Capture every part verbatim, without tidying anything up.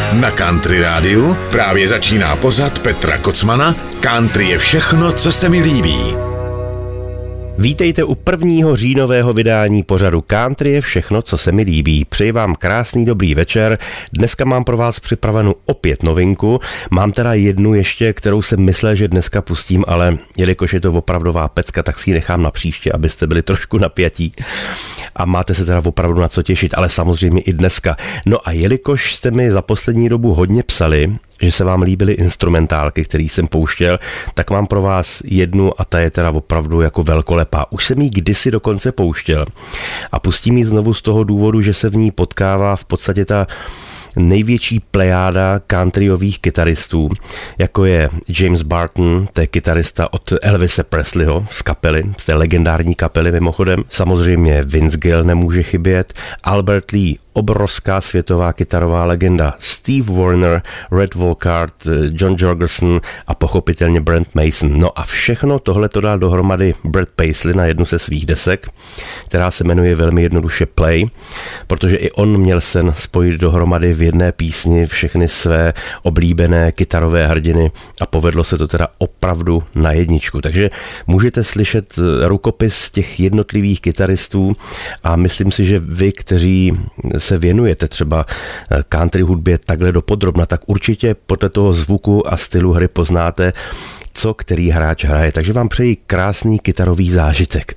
Na Country rádiu právě začíná pořad Petra Kocmana Country je všechno, co se mi líbí. Vítejte u prvního říjnového vydání pořadu Country je všechno, co se mi líbí. Přeji vám krásný dobrý večer. Dneska mám pro vás připravenou opět novinku. Mám teda jednu ještě, kterou jsem myslel, že dneska pustím, ale jelikož je to opravdová pecka, tak si ji nechám na příště, abyste byli trošku napjatí. A máte se teda opravdu na co těšit, ale samozřejmě i dneska. No a jelikož jste mi za poslední dobu hodně psali, že se vám líbily instrumentálky, které jsem pouštěl, tak mám pro vás jednu a ta je teda opravdu jako velkolepá. Už jsem ji kdysi dokonce pouštěl a pustím ji znovu z toho důvodu, že se v ní potkává v podstatě ta největší plejáda countryových kytaristů, jako je James Barton, to je kytarista od Elvise Presleyho z kapely, z té legendární kapely mimochodem. Samozřejmě Vince Gill nemůže chybět, Albert Lee, obrovská světová kytarová legenda, Steve Wariner, Red Volkart, John Jorgensen a pochopitelně Brent Mason. No a všechno tohle to dal dohromady Brad Paisley na jednu ze svých desek, která se jmenuje velmi jednoduše Play, protože i on měl sen spojit dohromady v jedné písni všechny své oblíbené kytarové hrdiny a povedlo se to teda opravdu na jedničku. Takže můžete slyšet rukopis těch jednotlivých kytaristů a myslím si, že vy, kteří se věnujete třeba country hudbě takhle dopodrobna, tak určitě podle toho zvuku a stylu hry poznáte, co který hráč hraje. Takže vám přeji krásný kytarový zážitek.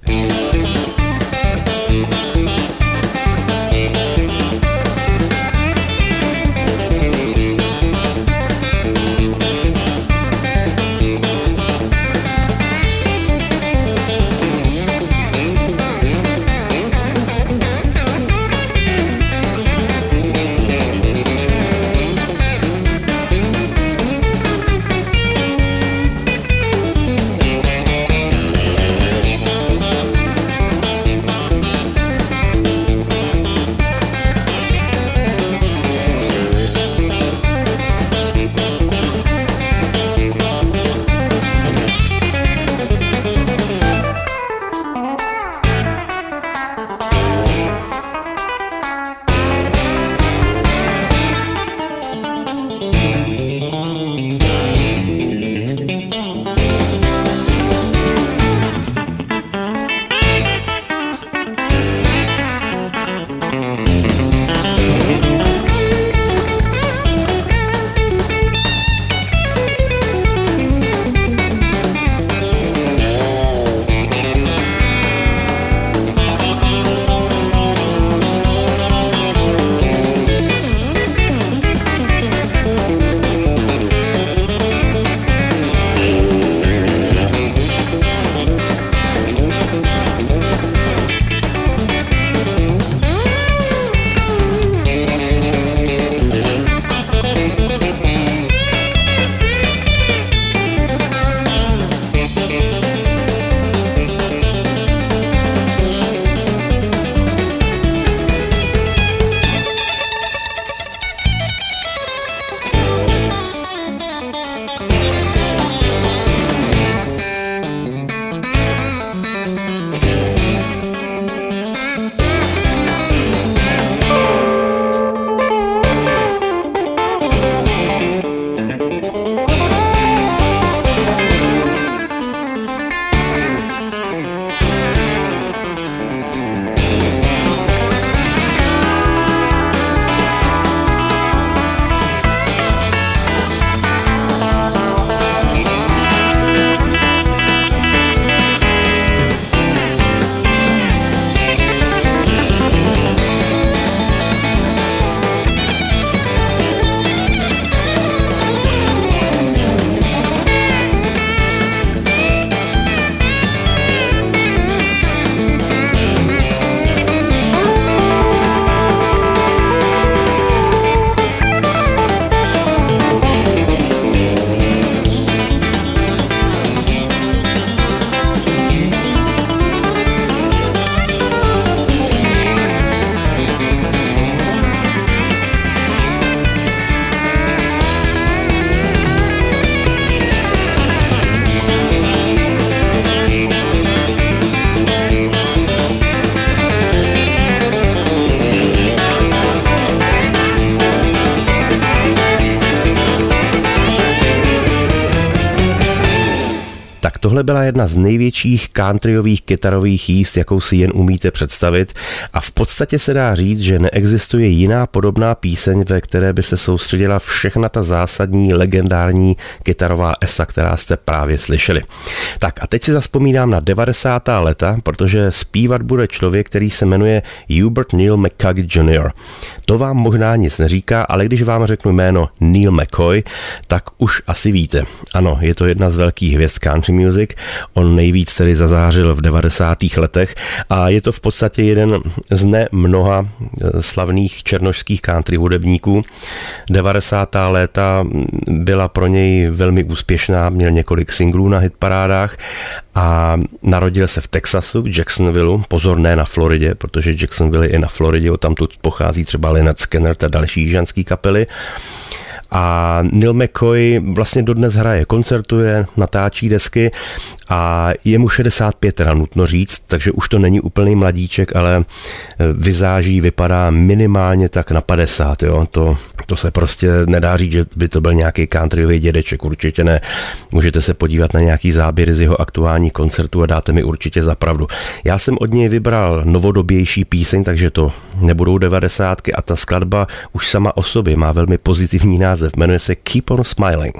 Tohle byla jedna z největších countryových kytarových jízd, jakou si jen umíte představit, a v podstatě se dá říct, že neexistuje jiná podobná píseň, ve které by se soustředila všechna ta zásadní legendární kytarová esa, která jste právě slyšeli. Tak a teď si zazpomínám na devadesátá léta, protože zpívat bude člověk, který se jmenuje Hubert Neil McCuggy junior To vám možná nic neříká, ale když vám řeknu jméno Neil McCoy, tak už asi víte. Ano, je to jedna z velkých hvězd country music, on nejvíc tedy zazářil v devadesátých letech a je to v podstatě jeden z ne mnoha slavných černošských country hudebníků. devadesátá léta byla pro něj velmi úspěšná, měl několik singlů na hitparádách a narodil se v Texasu, v Jacksonville, pozor, ne na Floridě, protože Jacksonville je i na Floridě, odtamtud pochází třeba Lynyrd Skynyrd a další jižanský kapely. A Neil McCoy vlastně dodnes hraje, koncertuje, natáčí desky a je mu šedesát pět, teda nutno říct, takže už to není úplný mladíček, ale vyzáží, vypadá minimálně tak na padesát, jo, to, to se prostě nedá říct, že by to byl nějaký countryový dědeček, určitě ne. Můžete se podívat na nějaký záběry z jeho aktuální koncertu a dáte mi určitě za pravdu. Já jsem od něj vybral novodobější píseň, takže to nebudou devadesátky a ta skladba už sama o sobě má velmi pozitivní název. Jmenuje se Keep on Smiling.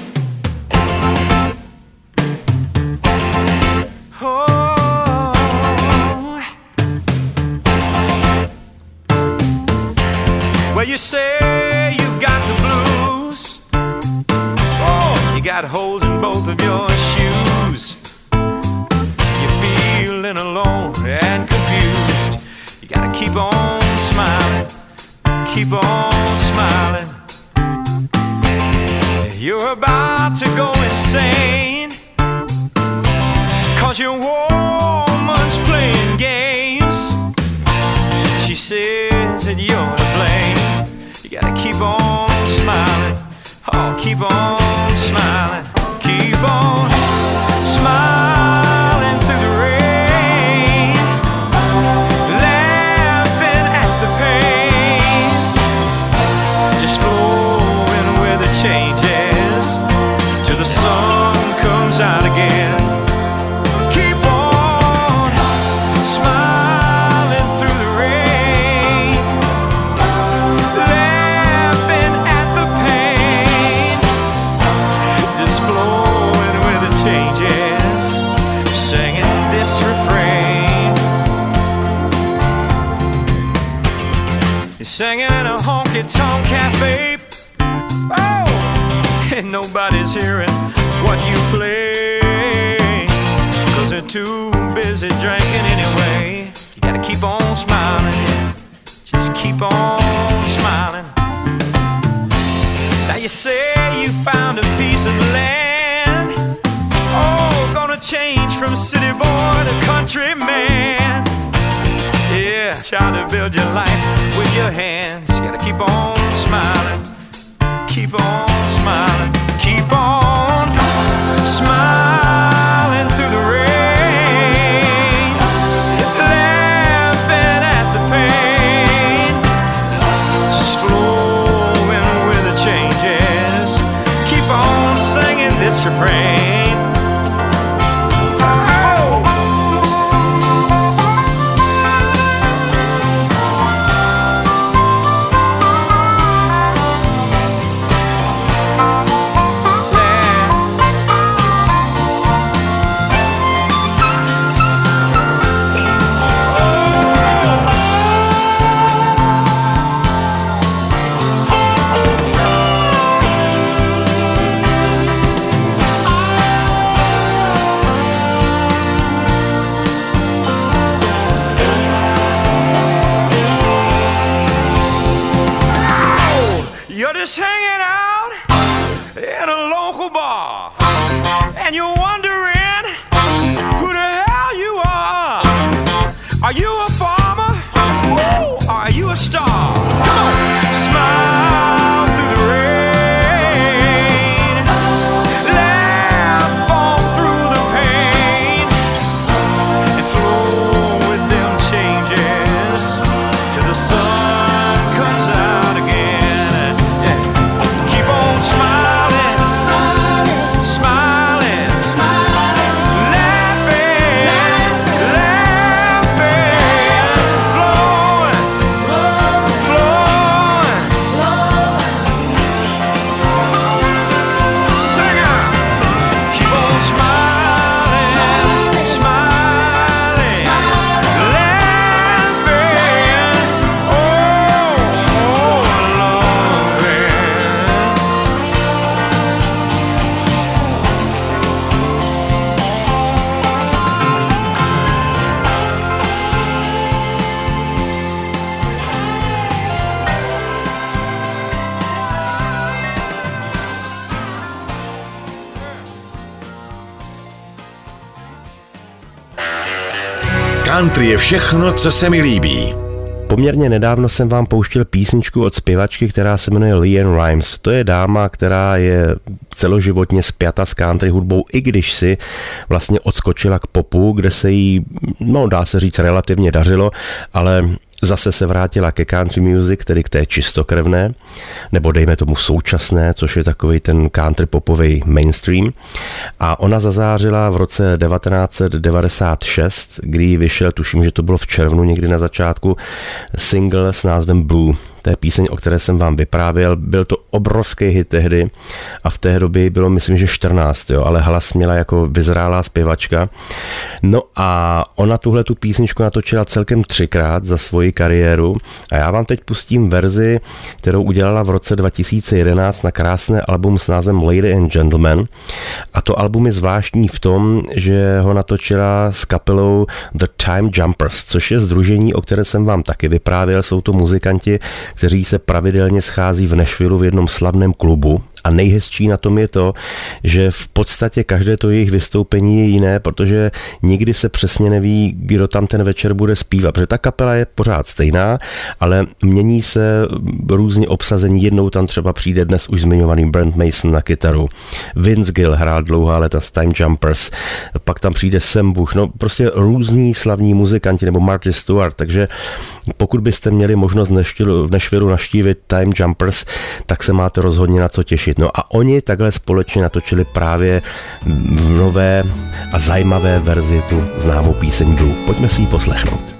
Oh, well, you say you've got the blues. Oh, you got holes in both of your shoes. You're feeling alone and confused. You gotta keep on smiling, keep on smiling. You're about to go insane, 'cause your woman's playing games. She says that you're to blame. You gotta keep on smiling, oh, keep on smiling, keep on smiling through the rain, laughing at the pain, just flowing where the change is, till the sun comes out again. Keep on smiling through the rain, laughing at the pain, just flowing where the change is, singing this refrain. You're singing in a honky-tonk cafe, oh, and nobody's hearing what you play, 'cause they're too busy drinking anyway. You gotta keep on smiling, just keep on smiling. Now you say you found a piece of land, oh, gonna change from city boy to country man. Yeah, try to build your life with your hands. You gotta keep on smiling, keep on smiling, keep on smiling through the rain, laughing at the pain, just flowing where the change is. Keep on singing this refrain. Just hanging out in a local bar, and you're wondering who the hell you are. Are you a farmer? Woo! Are you a star? Come on, smile through the rain, laugh all through the pain, and flow with them changes till the sun comes out again. Smiling, smiling, smiling, Country je všechno, co se mi líbí. Poměrně nedávno jsem vám pouštěl písničku od zpěvačky, která se jmenuje LeAnn Rimes. To je dáma, která je celoživotně spjata s country hudbou, i když si vlastně odskočila k popu, kde se jí, no dá se říct, relativně dařilo, ale zase se vrátila ke country music, tedy k té čistokrevné, nebo dejme tomu současné, což je takový ten country popový mainstream. A ona zazářila v roce devatenáct set devadesát šest, kdy vyšel, tuším, že to bylo v červnu někdy na začátku, single s názvem Blue. To je píseň, o které jsem vám vyprávěl. Byl to obrovský hit tehdy a v té době bylo, myslím, že čtrnáct, jo, ale hlas měla jako vyzrálá zpěvačka. No a ona tuhle tu písničku natočila celkem třikrát za svoji kariéru a já vám teď pustím verzi, kterou udělala v roce dva tisíce jedenáct na krásné album s názvem Lady and Gentleman. A to album je zvláštní v tom, že ho natočila s kapelou The Time Jumpers, což je sdružení, o které jsem vám taky vyprávěl. Jsou to muzikanti, kteří se pravidelně schází v Nashvillu v jednom slavném klubu. A nejhezčí na tom je to, že v podstatě každé to jejich vystoupení je jiné, protože nikdy se přesně neví, kdo tam ten večer bude zpívat, protože ta kapela je pořád stejná, ale mění se různě obsazení. Jednou tam třeba přijde dnes už zmiňovaný Brent Mason na kytaru, Vince Gill hrál dlouhá léta s Time Jumpers, pak tam přijde Sam Bush, no prostě různí slavní muzikanti nebo Marty Stewart, takže pokud byste měli možnost v Nashvillu navštívit Time Jumpers, tak se máte rozhodně na co těšit. No a oni takhle společně natočili právě v nové a zajímavé verzi tu známou píseň Blue. Pojďme si ji poslechnout.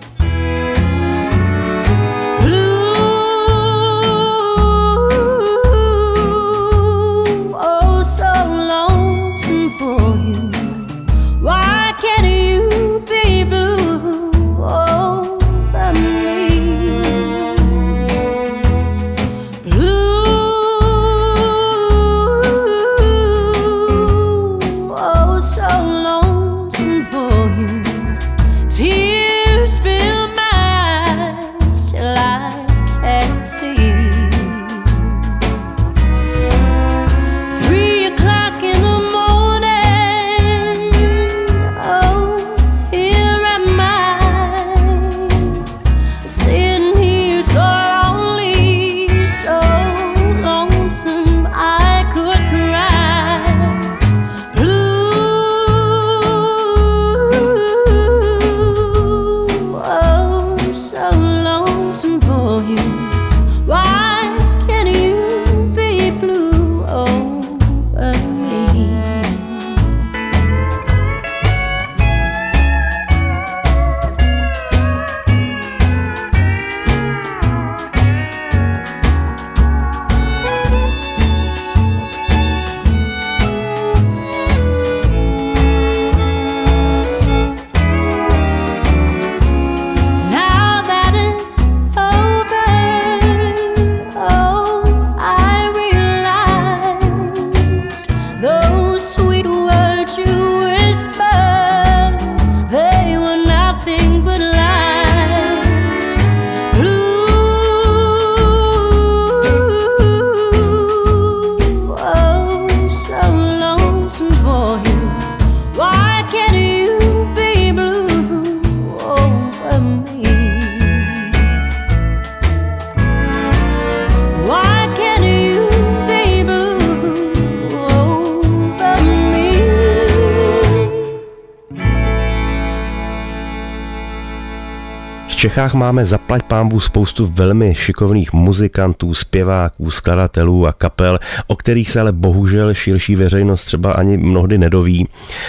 V Čechách máme zaplať pánbů spoustu velmi šikovných muzikantů, zpěváků, skladatelů a kapel, o kterých se ale bohužel širší veřejnost třeba ani mnohdy nedoví.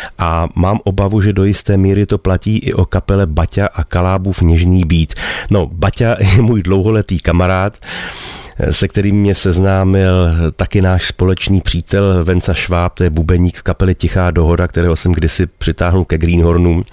A mám obavu, že do jisté míry to platí i o kapele Baťa a Kalábův Něžný beat. No, Baťa je můj dlouholetý kamarád, se kterým mě seznámil taky náš společný přítel Venca Šváb, to je bubeník z kapely Tichá dohoda, kterého jsem kdysi přitáhnul ke Greenhornům.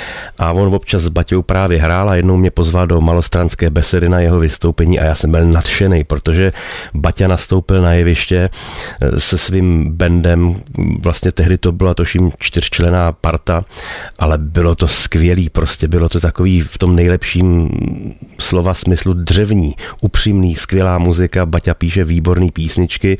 A on občas s Baťou právě hrál a jednou mě pozval do Malostranské besedy na jeho vystoupení a já jsem byl nadšený, protože Baťa nastoupil na jeviště se svým bandem, vlastně tehdy to byla toším čtyřčlenná parta, ale bylo to skvělý, prostě bylo to takový v tom nejlepším slova smyslu dřevní, upřímný, skvělá muzika, Baťa píše výborný písničky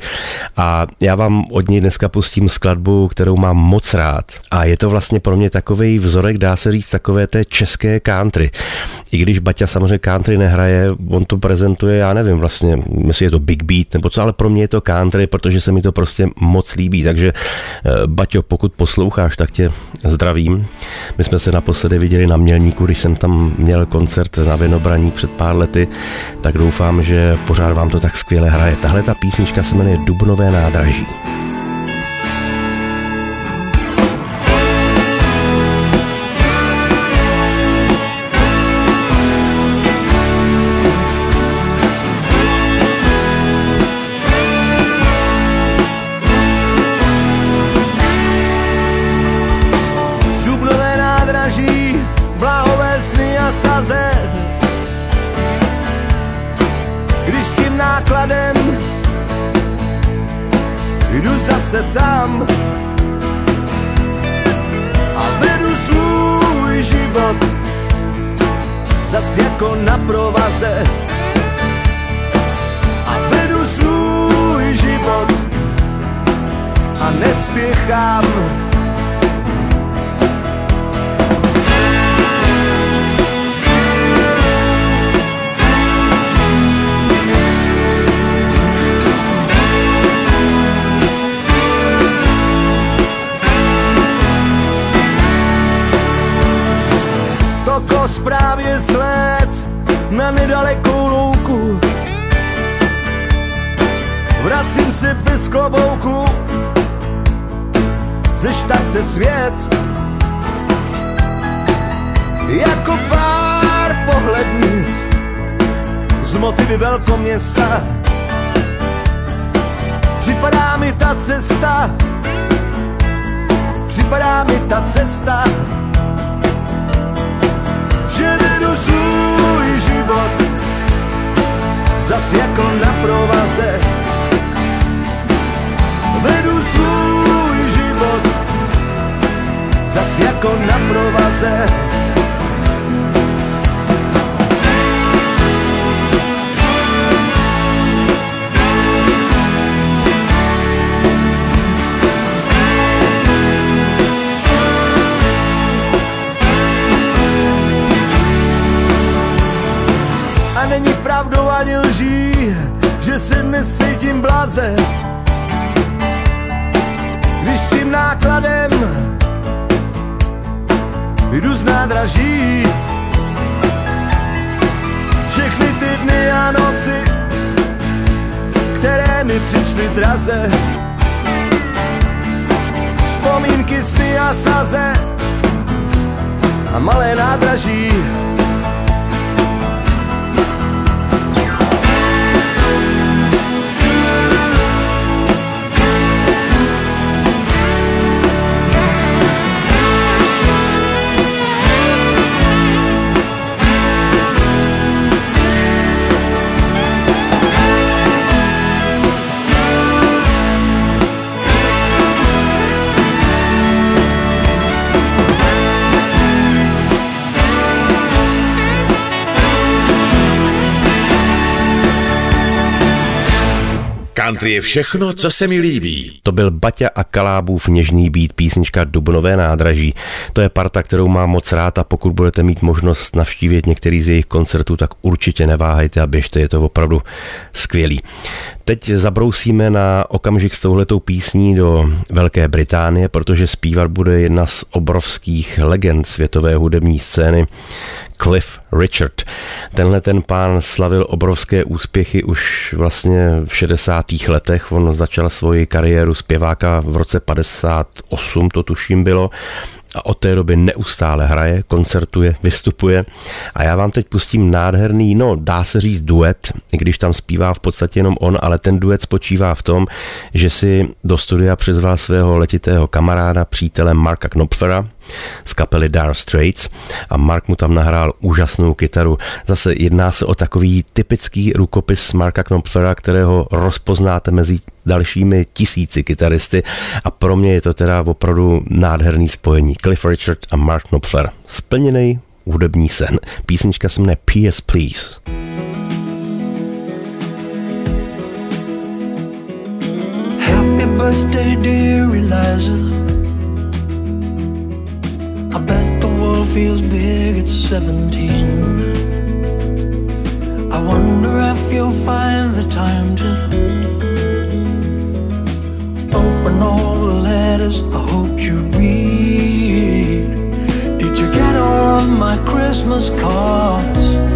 a já vám od něj dneska pustím skladbu, kterou mám moc rád a je to vlastně pro mě takovej vzorek, dá se říct, takový takové té české country. I když Baťa samozřejmě country nehraje, on to prezentuje, já nevím vlastně, jestli je to big beat nebo co, ale pro mě je to country, protože se mi to prostě moc líbí. Takže Baťo, pokud posloucháš, tak tě zdravím. My jsme se naposledy viděli na Mělníku, když jsem tam měl koncert na Vinobraní před pár lety, tak doufám, že pořád vám to tak skvěle hraje. Tahle ta písnička se jmenuje Dubnové nádraží. Když s tím nákladem jdu zase tam a vedu svůj život zas jako na provaze a vedu svůj život a nespěchám. Tokos právě sled na nedalekou louku. Vracím se bez klobouku ze štace Svět. Jako pár pohlednic z motivy velkoměsta. Připadá mi ta cesta, připadá mi ta cesta, že vedu svůj život zas jako na provaze. Vedu svůj život zas jako na provaze. Není pravdou ani lží, že se dnes cítím blaze, když s tím nákladem jdu z nádraží. Všechny ty dny a noci, které mi přišly draze, vzpomínky, sny a saze a malé nádraží. Country je všechno, co se mi líbí. To byl Baťa a Kalábův něžný beat, písnička Dubnové nádraží. To je parta, kterou mám moc rád a pokud budete mít možnost navštívit některý z jejich koncertů, tak určitě neváhejte a běžte, je to opravdu skvělý. Teď zabrousíme na okamžik s touhletou písní do Velké Británie, protože zpívat bude jedna z obrovských legend světové hudební scény, Cliff Richard. Tenhle ten pán slavil obrovské úspěchy už vlastně v šedesátých letech. On začal svoji kariéru zpěváka v roce padesát osm, to tuším bylo, a od té doby neustále hraje, koncertuje, vystupuje. A já vám teď pustím nádherný, no dá se říct duet, i když tam zpívá v podstatě jenom on, ale ten duet spočívá v tom, že si do studia přizval svého letitého kamaráda, přítele Marka Knopflera z kapely Dire Straits a Mark mu tam nahrál úžasnou kytaru. Zase jedná se o takový typický rukopis Marka Knopflera, kterého rozpoznáte mezi dalšími tisíci kytaristy a pro mě je to teda opravdu nádherný spojení. Cliff Richard a Mark Knopfler. Splněný hudební sen. Písnička se jmenuje P S Please. Happy birthday dear Eliza, I bet the world feels big at seventeen. I wonder if you'll find the time to open all the letters I hoped you'd read. Did you get all of my Christmas cards?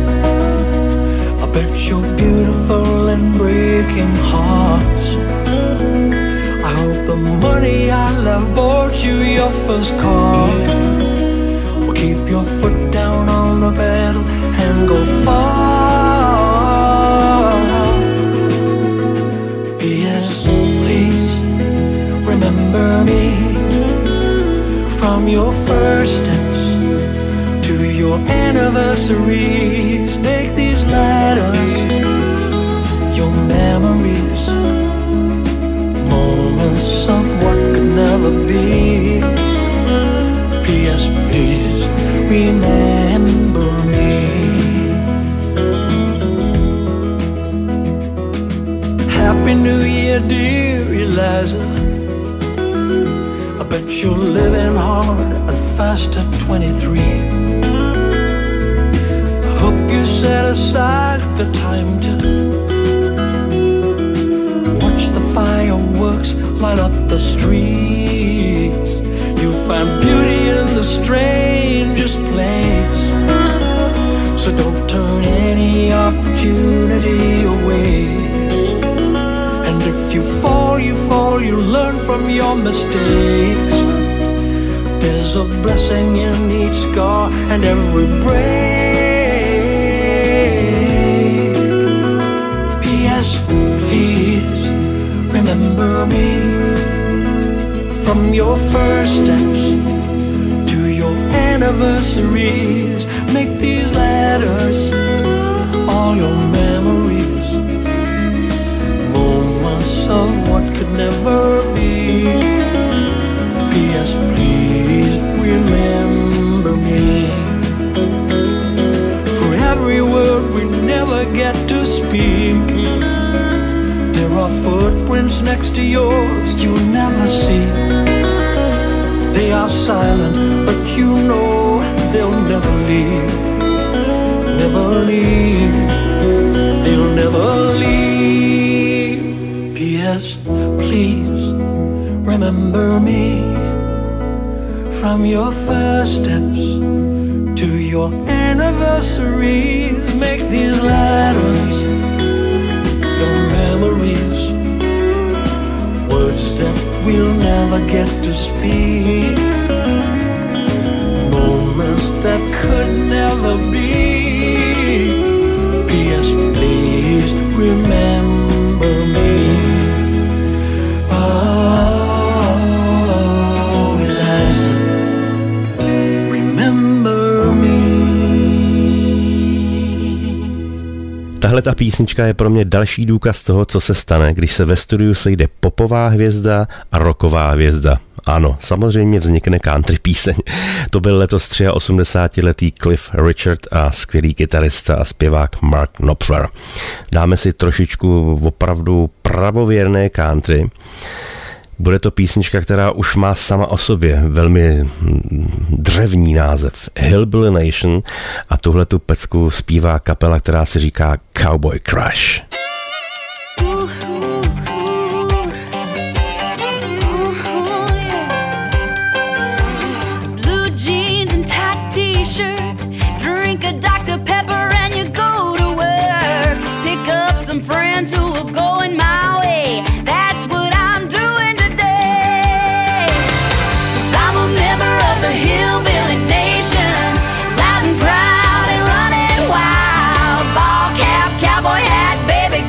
I bet you're beautiful and breaking hearts. I hope the money I left bought you your first car. Well, keep your foot down on the pedal and go far. P S. Please remember me from your first steps to your anniversaries. Make these letters your memories, moments of what could never be. P S. Please remember me. Happy New Year, dear Eliza. I bet you're living hard and fast at twenty-three. I hope you set aside the time to watch the fireworks light up the streets. You'll find beauty in the strangest place, so don't turn any opportunity away. And if you fall, you fall, you learn from your mistakes. There's a blessing in each scar and every break. P S. Please remember me from your first steps to your anniversaries. Make these letters all your memories, moments of what could never be. P S. Please remember me. For every word we never get to speak, there are footprints next to yours you'll never see. They are silent, but you know they'll never leave. Never leave. They'll never leave. P S. Please remember me from your first steps to your anniversaries. Make these letters your memories, words that we'll never get to speak, moments that could never be. P S. Please remember me. Oh, Eliza, remember me. Tahle ta písnička je pro mě další důkaz toho, co se stane, když se ve studiu sejde popová hvězda a rocková hvězda. Ano, samozřejmě vznikne country píseň. To byl letos osmdesátiletý Cliff Richard a skvělý kytarista a zpěvák Mark Knopfler. Dáme si trošičku opravdu pravověrné country. Bude to písnička, která už má sama o sobě velmi dřevní název Hillbilly Nation a tuhletu pecku zpívá kapela, která se říká Cowboy Crush. Friends who are going my way. That's what I'm doing today. 'Cause I'm a member of the Hillbilly Nation, loud and proud and running wild. Ball cap, cowboy hat, baby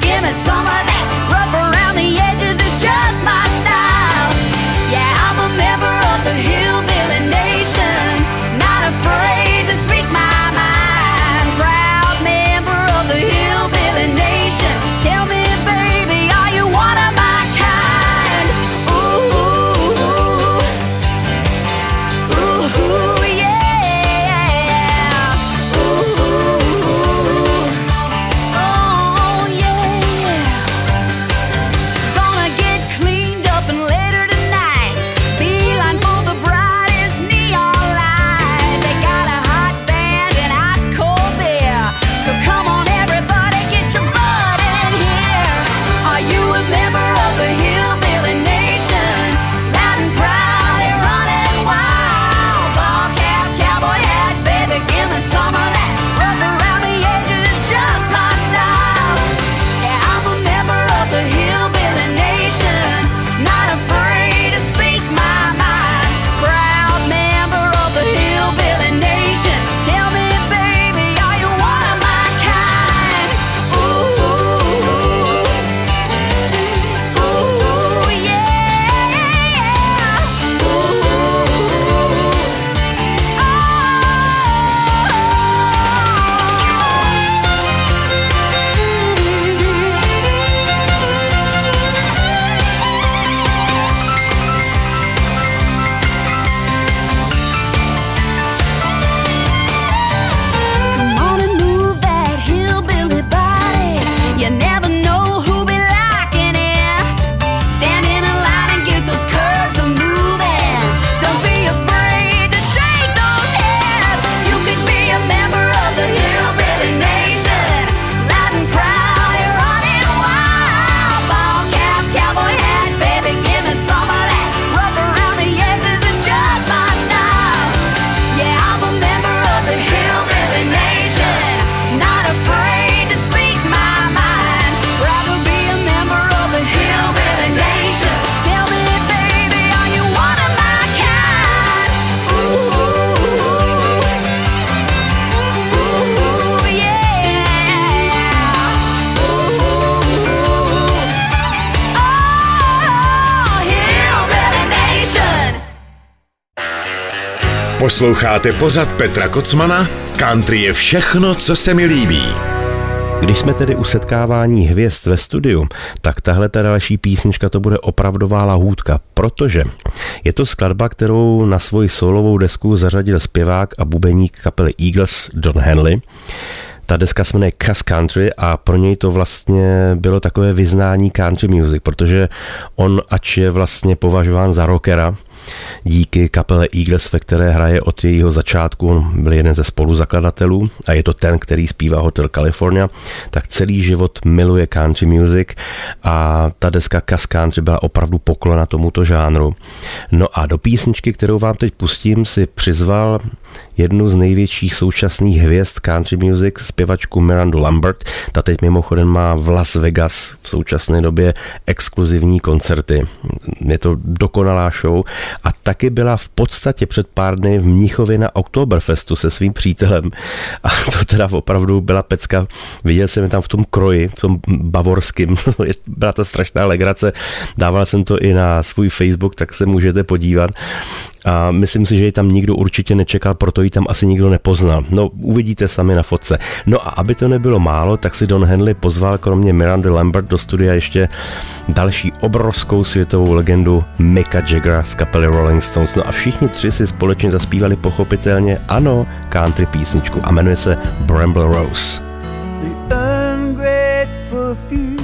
Posloucháte pořad Petra Kocmana? Country je všechno, co se mi líbí. Když jsme tedy u setkávání hvězd ve studiu, tak tahle ta další písnička to bude opravdová lahůdka, protože je to skladba, kterou na svoji solovou desku zařadil zpěvák a bubeník kapely Eagles Don Henley. Ta deska se jmenuje Cuss Country a pro něj to vlastně bylo takové vyznání country music, protože on, ač je vlastně považován za rockera, díky kapele Eagles, ve které hraje od jejího začátku, on byl jeden ze spoluzakladatelů a je to ten, který zpívá Hotel California, tak celý život miluje country music a ta deska Cuss Country byla opravdu poklona tomuto žánru. No a do písničky, kterou vám teď pustím, si přizval jednu z největších současných hvězd country music, zpěvačku Mirandu Lambert. Ta teď mimochodem má v Las Vegas v současné době exkluzivní koncerty. Je to dokonalá show a taky byla v podstatě před pár dny v Mnichově na Oktoberfestu se svým přítelem. A to teda opravdu byla pecka. Viděl jsem je tam v tom kroji, v tom bavorském. Byla to strašná legrace. Dával jsem to i na svůj Facebook, tak se můžete podívat. A myslím si, že ji tam nikdo určitě nečekal, proto ji tam asi nikdo nepoznal. No, uvidíte sami na fotce. No a aby to nebylo málo, tak si Don Henley pozval kromě Mirandy Lambert do studia ještě další obrovskou světovou legendu Micka Jaggera z kapely Rolling Stones. No a všichni tři si společně zaspívali pochopitelně, ano, country písničku a jmenuje se Bramble Rose. The ungrateful few,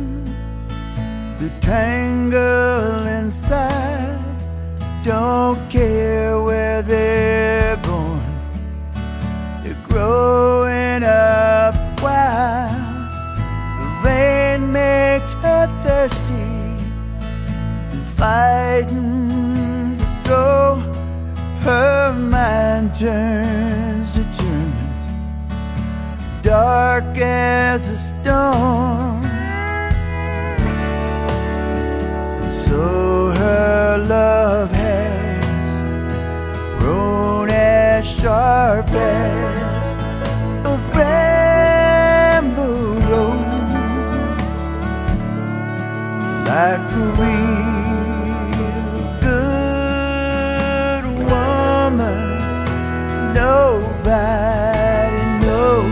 the tangle inside, don't care where they're born, they're growing up wild. The rain makes her thirsty and fighting to go. Her mind turns determined, dark as a storm. So her love has grown as sharp as a bramble rose, like a real good woman nobody knows.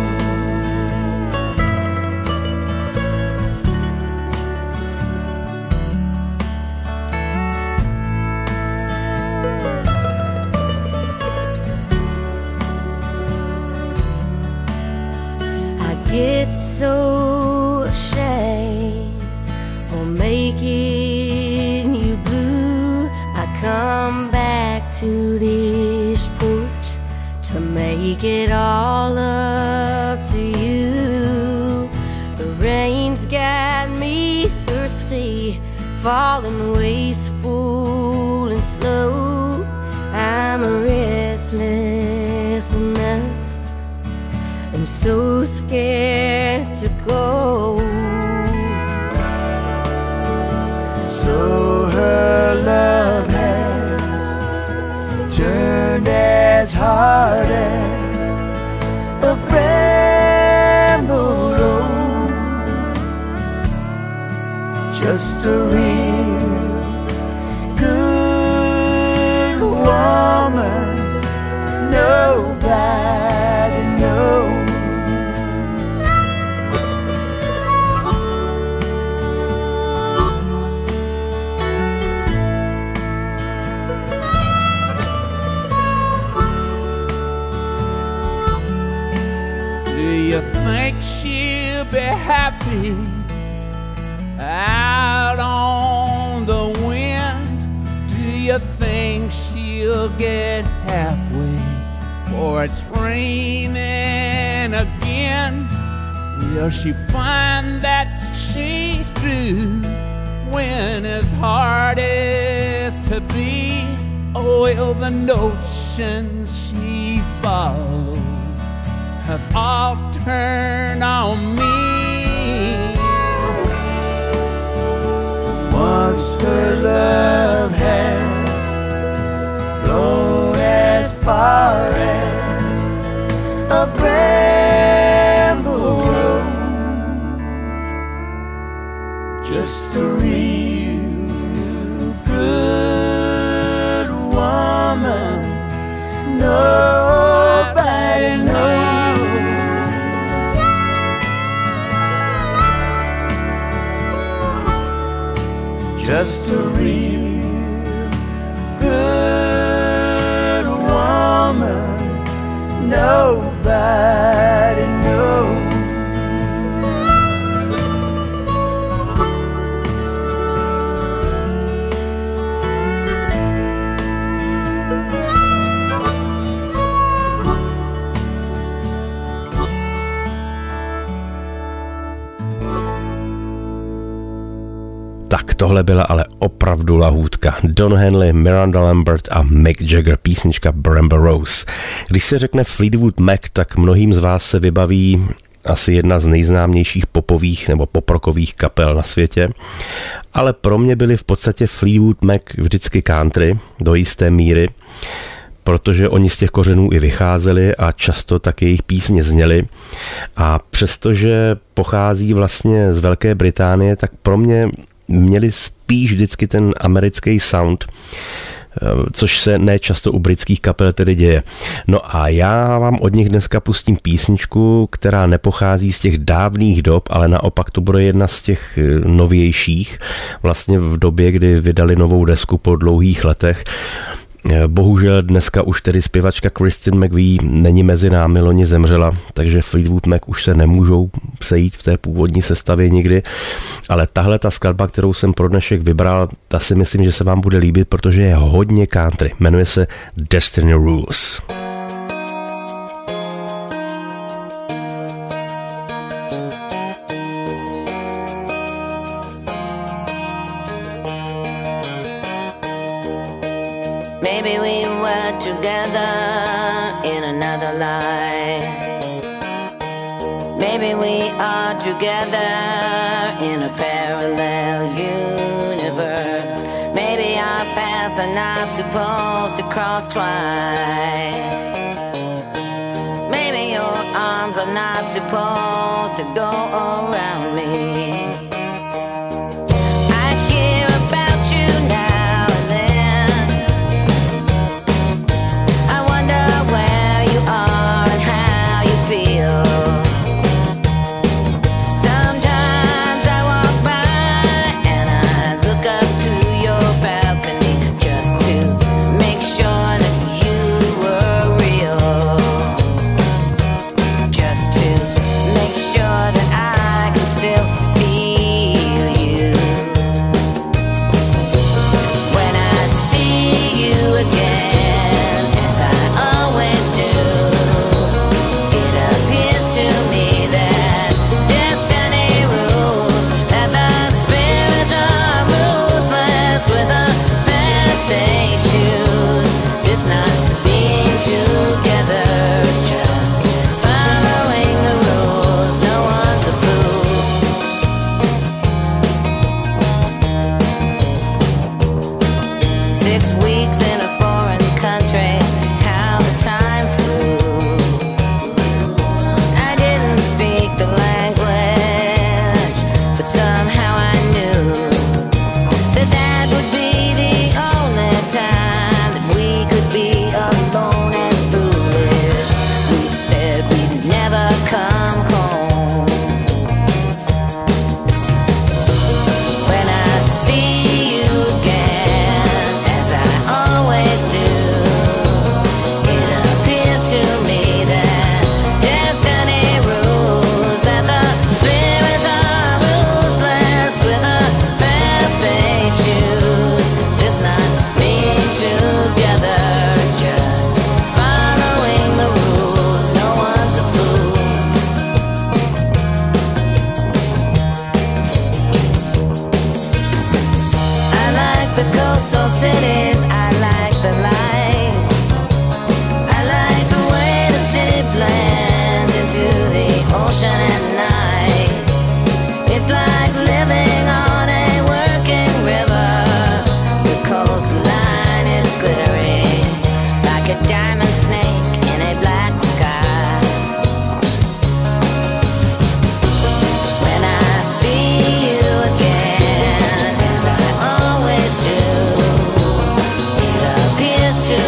Get so ashamed for making you blue. I come back to this porch to make it all up to you. The rain's got me thirsty, falling wasteful and slow. I'm restless enough and so scared to go. So her love has turned as hard as a bramble rose, just a real good woman nobody knows. You think she'll be happy out on the wind? Do you think she'll get halfway or it's raining again? Will she find that she's true when it's hard as to be? Or will the notions she follows have all turned on me? Once her love has blown as far as a bramble rose, just a real good woman nobody knows. Just a real good woman, nobody knows. Tak tohle byla ale opravdu lahůdka. Don Henley, Miranda Lambert a Mick Jagger, písnička Bramble Rose. Když se řekne Fleetwood Mac, tak mnohým z vás se vybaví asi jedna z nejznámějších popových nebo poprokových kapel na světě, ale pro mě byli v podstatě Fleetwood Mac vždycky country do jisté míry, protože oni z těch kořenů i vycházeli a často tak jejich písně zněly. A přestože pochází vlastně z Velké Británie, tak pro mě měli spíš vždycky ten americký sound, což se nečasto u britských kapel tedy děje. No a já vám od nich dneska pustím písničku, která nepochází z těch dávných dob, ale naopak to bude jedna z těch novějších, vlastně v době, kdy vydali novou desku po dlouhých letech. Bohužel dneska už tedy zpěvačka Kristen McVie není mezi námi, loni zemřela, takže Fleetwood Mac už se nemůžou sejít v té původní sestavě nikdy, ale tahle ta skladba, kterou jsem pro dnešek vybral, ta si myslím, že se vám bude líbit, protože je hodně country. Jmenuje se Destiny Rules. Maybe we were together in another life. Maybe we are together in a parallel universe. Maybe our paths are not supposed to cross twice. Maybe your arms are not supposed to go around me. To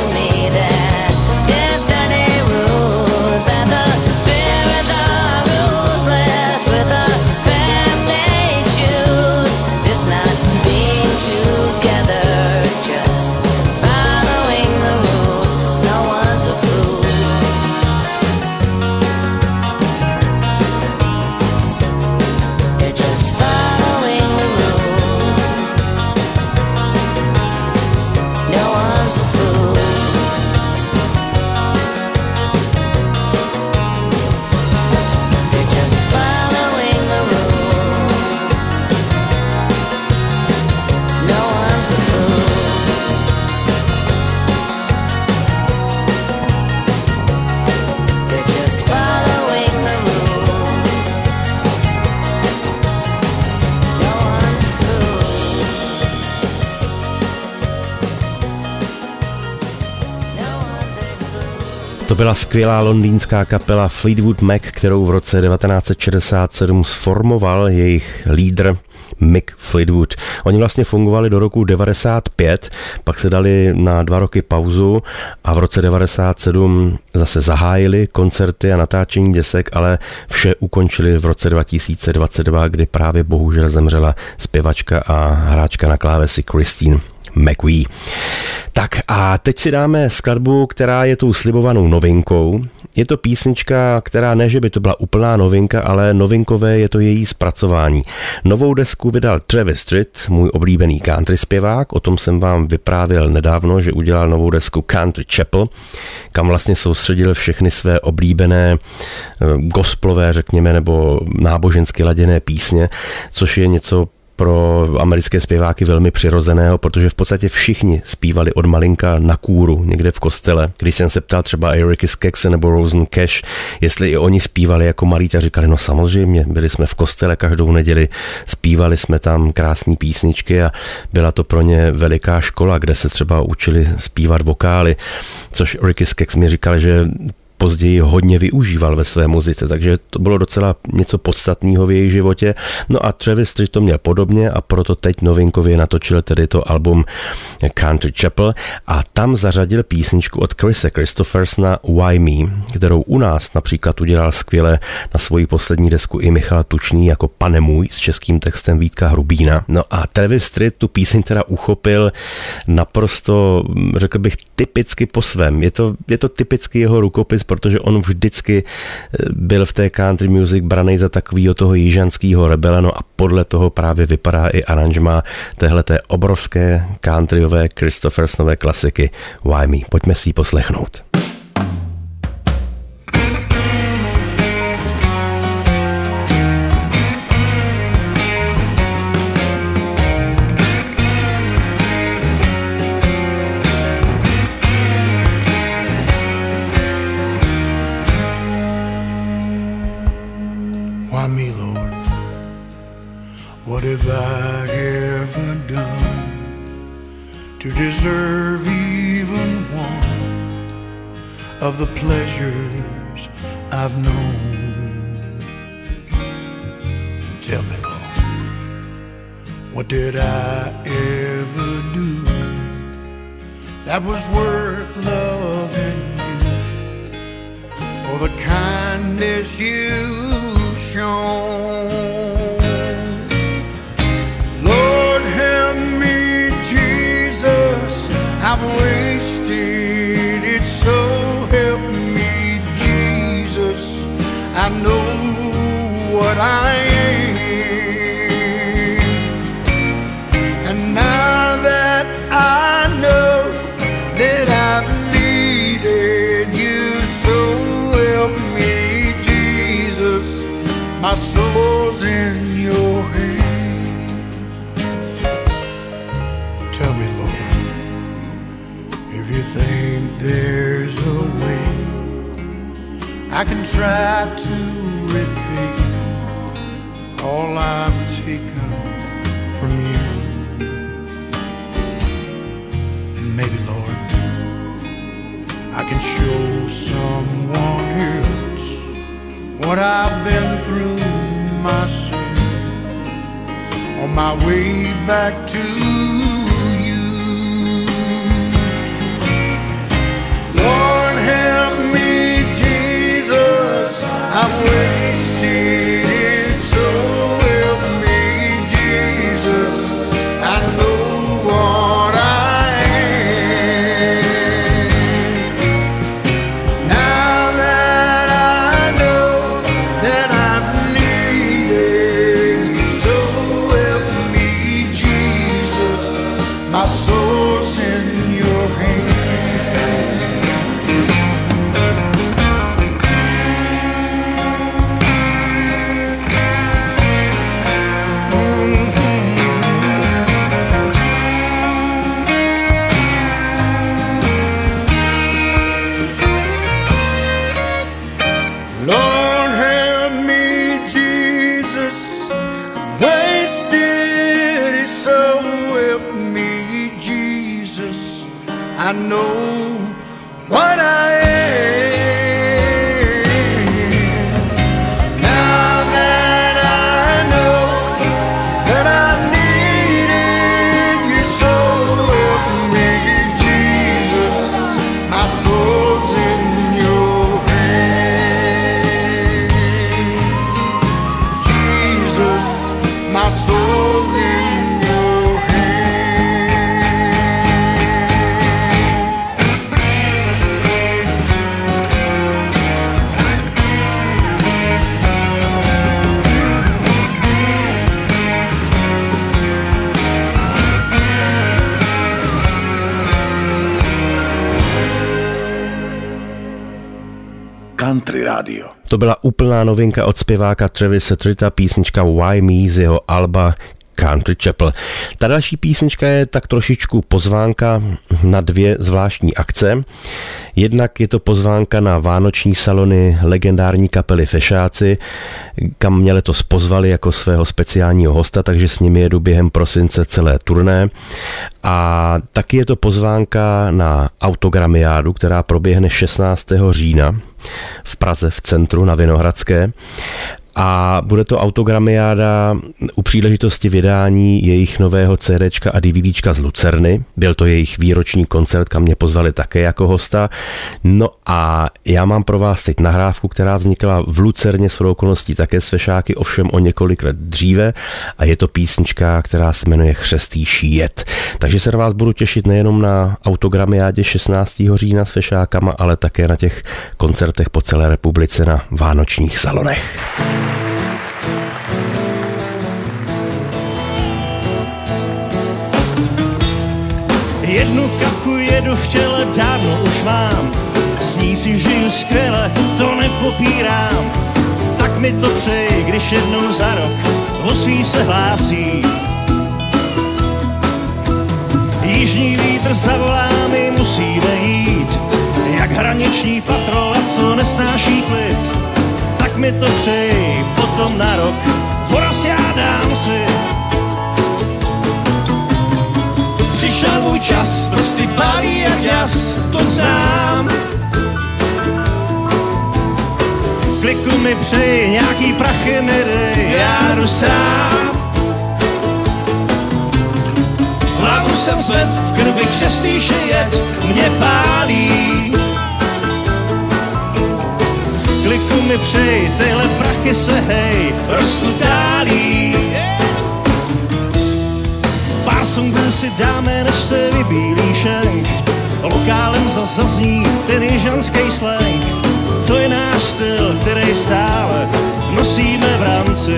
To byla skvělá londýnská kapela Fleetwood Mac, kterou v roce devatenáct set šedesát sedm sformoval jejich lídr Mick Fleetwood. Oni vlastně fungovali do roku devadesát pět, pak se dali na dva roky pauzu a v roce devadesát sedm zase zahájili koncerty a natáčení desek, ale vše ukončili v roce dva tisíce dvacet dva, kdy právě bohužel zemřela zpěvačka a hráčka na klávesi Christine McVie. Tak a teď si dáme skladbu, která je tou slibovanou novinkou. Je to písnička, která ne, že by to byla úplná novinka, ale novinkové je to její zpracování. Novou desku vydal Travis Tritt, můj oblíbený country zpěvák, o tom jsem vám vyprávěl nedávno, že udělal novou desku Country Chapel, kam vlastně soustředil všechny své oblíbené gospelové, řekněme, nebo nábožensky laděné písně, což je něco pro americké zpěváky velmi přirozeného, protože v podstatě všichni zpívali od malinka na kůru někde v kostele. Když jsem se ptal třeba Erica Skekse nebo Rosen Cash, jestli i oni zpívali jako malí, tak říkali, no samozřejmě, byli jsme v kostele každou neděli, zpívali jsme tam krásné písničky a byla to pro ně veliká škola, kde se třeba učili zpívat vokály, což Ricky Skekse mi říkal, že později hodně využíval ve své muzice, takže to bylo docela něco podstatného v jejich životě. No a Travis Tritt to měl podobně a proto teď novinkově natočil tedy to album Country Chapel a tam zařadil písničku od Chrisa Christophersona Why Me, kterou u nás například udělal skvěle na svoji poslední desku i Michal Tučný jako Pane můj s českým textem Vítka Hrubína. No a Travis Tritt tu píseň teda uchopil naprosto, řekl bych, typicky po svém. Je to, je to typicky jeho rukopis, protože on vždycky byl v té country music branej za takovýho toho jižanského rebela, no a podle toho právě vypadá i aranžma téhleté obrovské countryové Christophersonové klasiky Why Me. Pojďme si ji poslechnout. What have I ever done to deserve even one of the pleasures I've known? Tell me, Lord, what did I ever do that was worth loving you, or the kindness you've shown? I've wasted it, so help me, Jesus. I know what I am, and now that I know that I've needed you, so help me, Jesus. My soul's in your hands. Tell me, Lord, if you think there's a way I can try to repay all I've taken from you, and maybe, Lord, I can show someone else what I've been through myself on my way back to you. Lord, help me, Jesus, I've wasted it, so help me, Jesus, I know what I am. Now that I know that I've needed you, so help me, Jesus, my soul's in your hands. Lord, help me, Jesus, I've wasted it, so help me, Jesus, I know what I am. Country Radio. To byla úplná novinka od zpěváka Travise Tritta, písnička Why Me z jeho alba Country Chapel. Ta další písnička je tak trošičku pozvánka na dvě zvláštní akce. Jednak je to pozvánka na vánoční salony legendární kapely Fešáci, kam mě letos pozvali jako svého speciálního hosta, takže s nimi jedu během prosince celé turné. A taky je to pozvánka na autogramiádu, která proběhne šestnáctého října v Praze v centru na Vinohradské. A bude to autogramiáda u příležitosti vydání jejich nového CDčka a DVDčka z Lucerny. Byl to jejich výroční koncert, kam mě pozvali také jako hosta. No a já mám pro vás teď nahrávku, která vznikla v Lucerně shodou okolností také s Fešáky, ovšem o několik let dříve. A je to písnička, která se jmenuje Chřestýší jed. Takže se na vás budu těšit nejenom na autogramiádě šestnáctého října s Fešákama, ale také na těch koncertech po celé republice na vánočních salonech. Jednu kapku jedu v těle dávno už mám, s ní si žiju skvěle, to nepopírám. Tak mi to přeji, když jednou za rok osí se hlásí. Jižní vítr zavolá, my musíme jít, jak hraniční patrola, co nesnáší klid. Tak mi to přeji, potom na rok voraz já dám si. Přišel můj čas, prsty pálí jak jas, to znám. Kliku mi přeji, nějaký prachy mi dej, já jdu sám. Hlavu jsem zved, v krvi křestýše jed, mě pálí. Kliku mi přeji, tyhle prachy se hej, rozkutálí. Pár songů si dáme, než se vybílí šenk. Lokálem zas zazní ten jižanský slang. To je náš styl, který stále nosíme v rámci.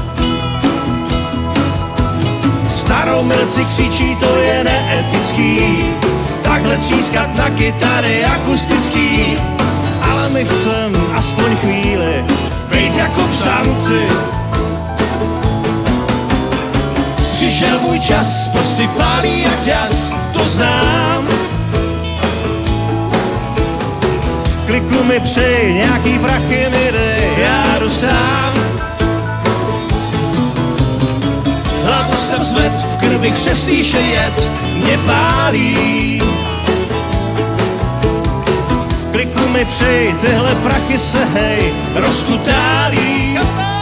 Staromilci křičí, to je neetický, takhle třískat na kytary akustický. Ale my chcem aspoň chvíli být jako psanci. Přišel můj čas, prsty pálí jak jas, to znám. Kliku mi přeji, nějaký prachy mi dej, já jdu sám. Hlavu jsem zved, v krvi křestýše jed, mě pálí. Kliku mi přeji, tyhle prachy se hej, rozkutálí.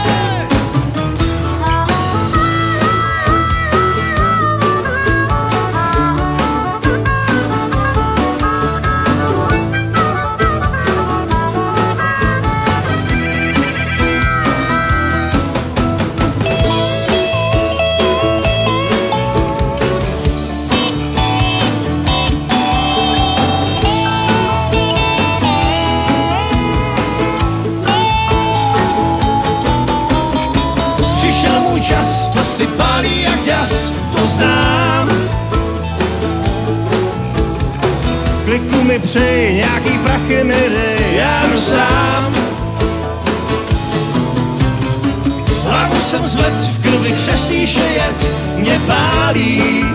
Prsty pálí jak jas, to znám. Kliku mi přeji, nějaký prachy mi dej, já jdu sám. Hlavu jsem zved, v krvi křestýše jed, mě pálí.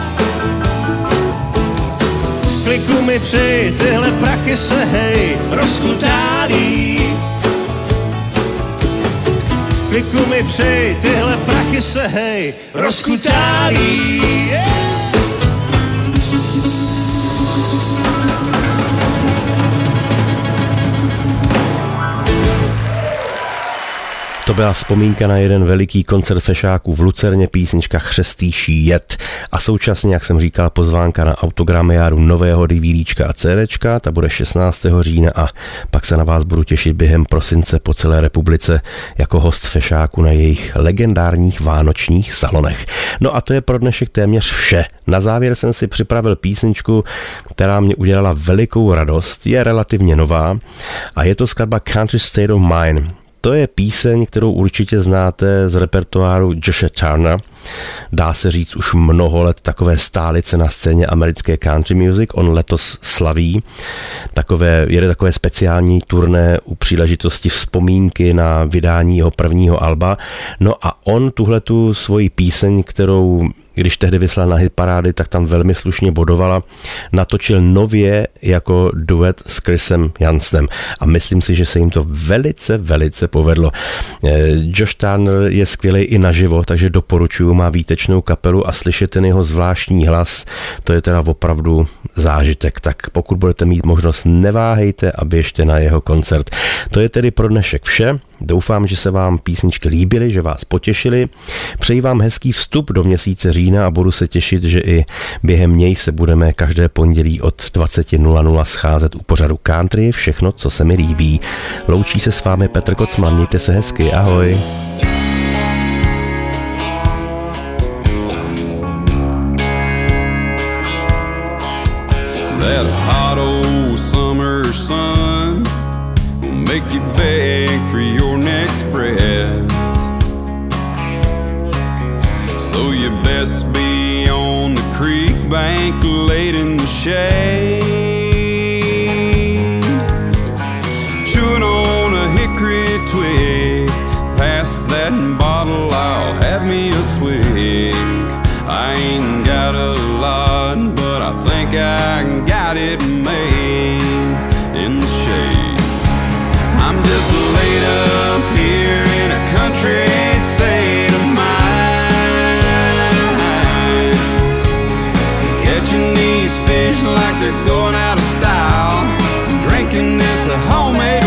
Kliku mi přeji, tyhle prachy se hej, rozkutálí. Kliku mi přeji, tyhle prachy se hej, rozkutálí. Yeah! To byla vzpomínka na jeden veliký koncert Fešáků v Lucerně, písnička Chřestýší jed a současně, jak jsem říkal, pozvánka na autogramiádu nového DVDčka a CDčka, ta bude šestnáctého října a pak se na vás budu těšit během prosince po celé republice jako host Fešáků na jejich legendárních vánočních salonech. No a to je pro dnešek téměř vše. Na závěr jsem si připravil písničku, která mě udělala velikou radost, je relativně nová a je to skladba Country State of Mind. To je píseň, kterou určitě znáte z repertoáru Joshe Turna. Dá se říct už mnoho let takové stálice na scéně americké country music. On letos slaví takové, jede takové speciální turné u příležitosti vzpomínky na vydání jeho prvního alba. No a on tuhletu svoji píseň, kterou když tehdy vyslal na hitparády, tak tam velmi slušně bodovala, natočil nově jako duet s Chrisem Jansenem. A myslím si, že se jim to velice, velice povedlo. Josh Turner je skvělý i naživo, takže doporučuji, má výtečnou kapelu a slyšet ten jeho zvláštní hlas, to je teda opravdu zážitek. Tak pokud budete mít možnost, neváhejte a běžte na jeho koncert. To je tedy pro dnešek vše. Doufám, že se vám písničky líbily, že vás potěšily. Přeji vám hezký vstup do měsíce října a budu se těšit, že i během něj se budeme každé pondělí od dvacet nula nula scházet u pořadu Country, všechno, co se mi líbí. Loučí se s vámi Petr Kocman, mějte se hezky, ahoj. That hot old summer sun will make you beg for your next breath. So you best be on the creek bank laid in the shade, chewing on a hickory twig. Pass that bottle, I'll have me a swig. I ain't got a lot, but I think I got it made in the shade. I'm just laid up here in a country state of mind, catching these fish like they're going out of style, drinking this homemade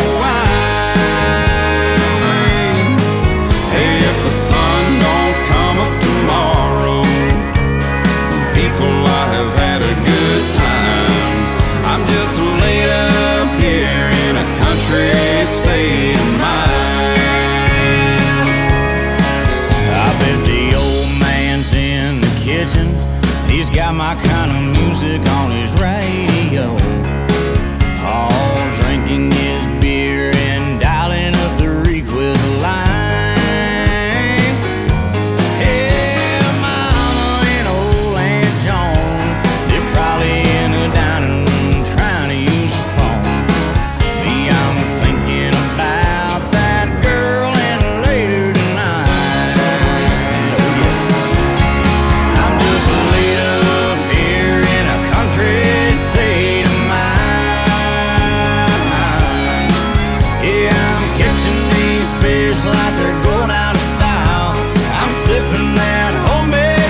wine. Hey, if the sun don't come up tomorrow, people, I have had a good time. I'm just laid up here in a country state of mind. I bet the old man's in the kitchen. He's got my kind of music on his radio, all drinking his beer and dialing up the request line. Hey, Mama and old Aunt Joan, they're probably in the dining room trying to use the phone. Me, I'm thinking about that girl and later tonight. Oh yes, I'm just laid up here in a country state of mind. Yeah, I'm catching these fish like they're going out of style. I'm sipping that homemade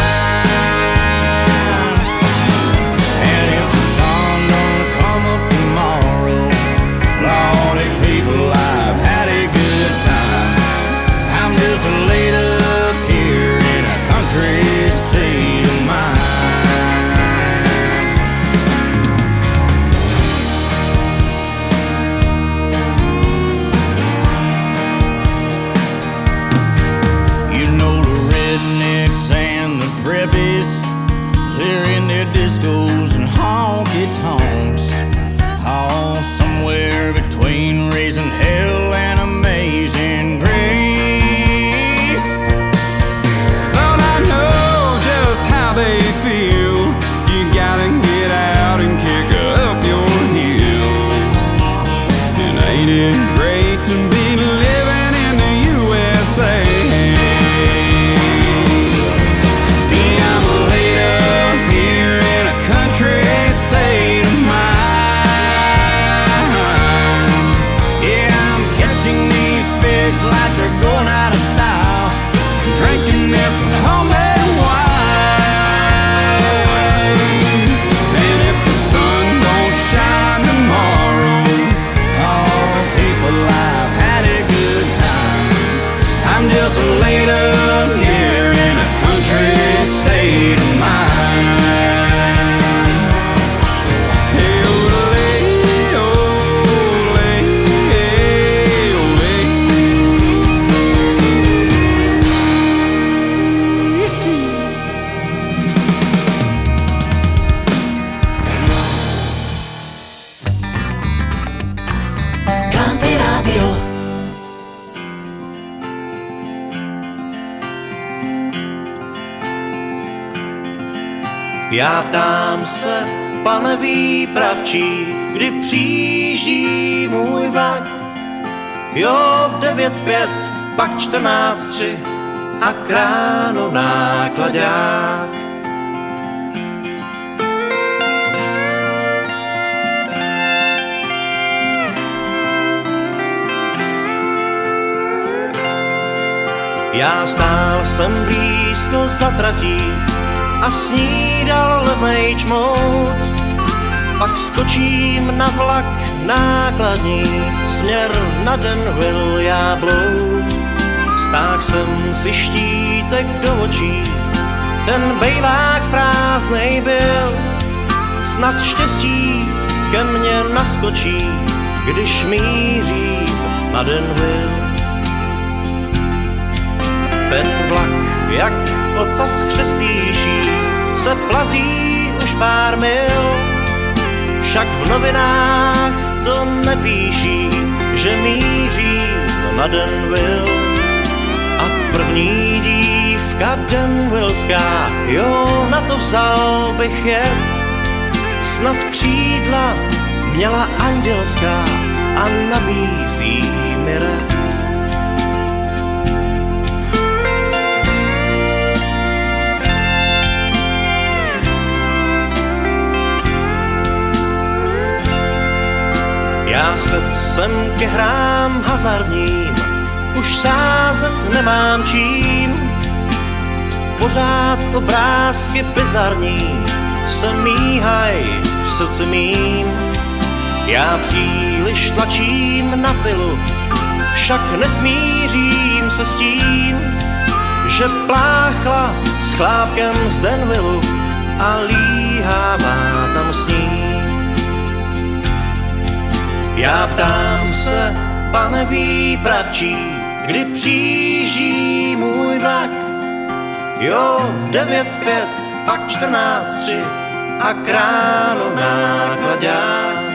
wine. And if the sun don't come up tomorrow, Lordy people, I've had a good time. I'm just laid up here in a country state of mind. You know the rednecks and the preppies, they're in their discos and honky tonks, all somewhere between raising hell and amazing grace. Lord, I know just how they feel. You gotta get out and kick up your heels. And ain't it great to be living in the U S A? Yeah, I'm laid up here in a country state of mind. Yeah, I'm catching these fish like they're going out of style, drinking this homemade wine. Já ptám se, pane výpravčí, kdy přijíždí můj vlak. Jo, v devět pět, pak čtrnáct tři a k ránu náklaďák. Já stál jsem blízko za tratí a snídal levnej čmout. Pak skočím na vlak nákladní, směr na Danville já bloud. Stáhl jsem si štítek do očí, ten bejvák prázdnej byl. Snad štěstí ke mně naskočí, když mířím na Danville. Ten vlak, jak ocas chřestýší, se plazí už pár mil. Však v novinách to nepíší, že míří na Danville. A první dívka danvillská, jo, na to vzal bych jet. Snad křídla měla andělská a nabízí mi red. Já se jsem ke hrám hazardním, už sázet nemám čím. Pořád obrázky bizarní se míhaj v srdci mým. Já příliš tlačím na pilu, však nesmířím se s tím, že pláchla s chlápkem z Danville a líhává tam s ním. Já ptám se, pane výpravčí, kdy přijíždí můj vlak. Jo, v devět pět, pak čtrnáct tři a k ránu náklaďák.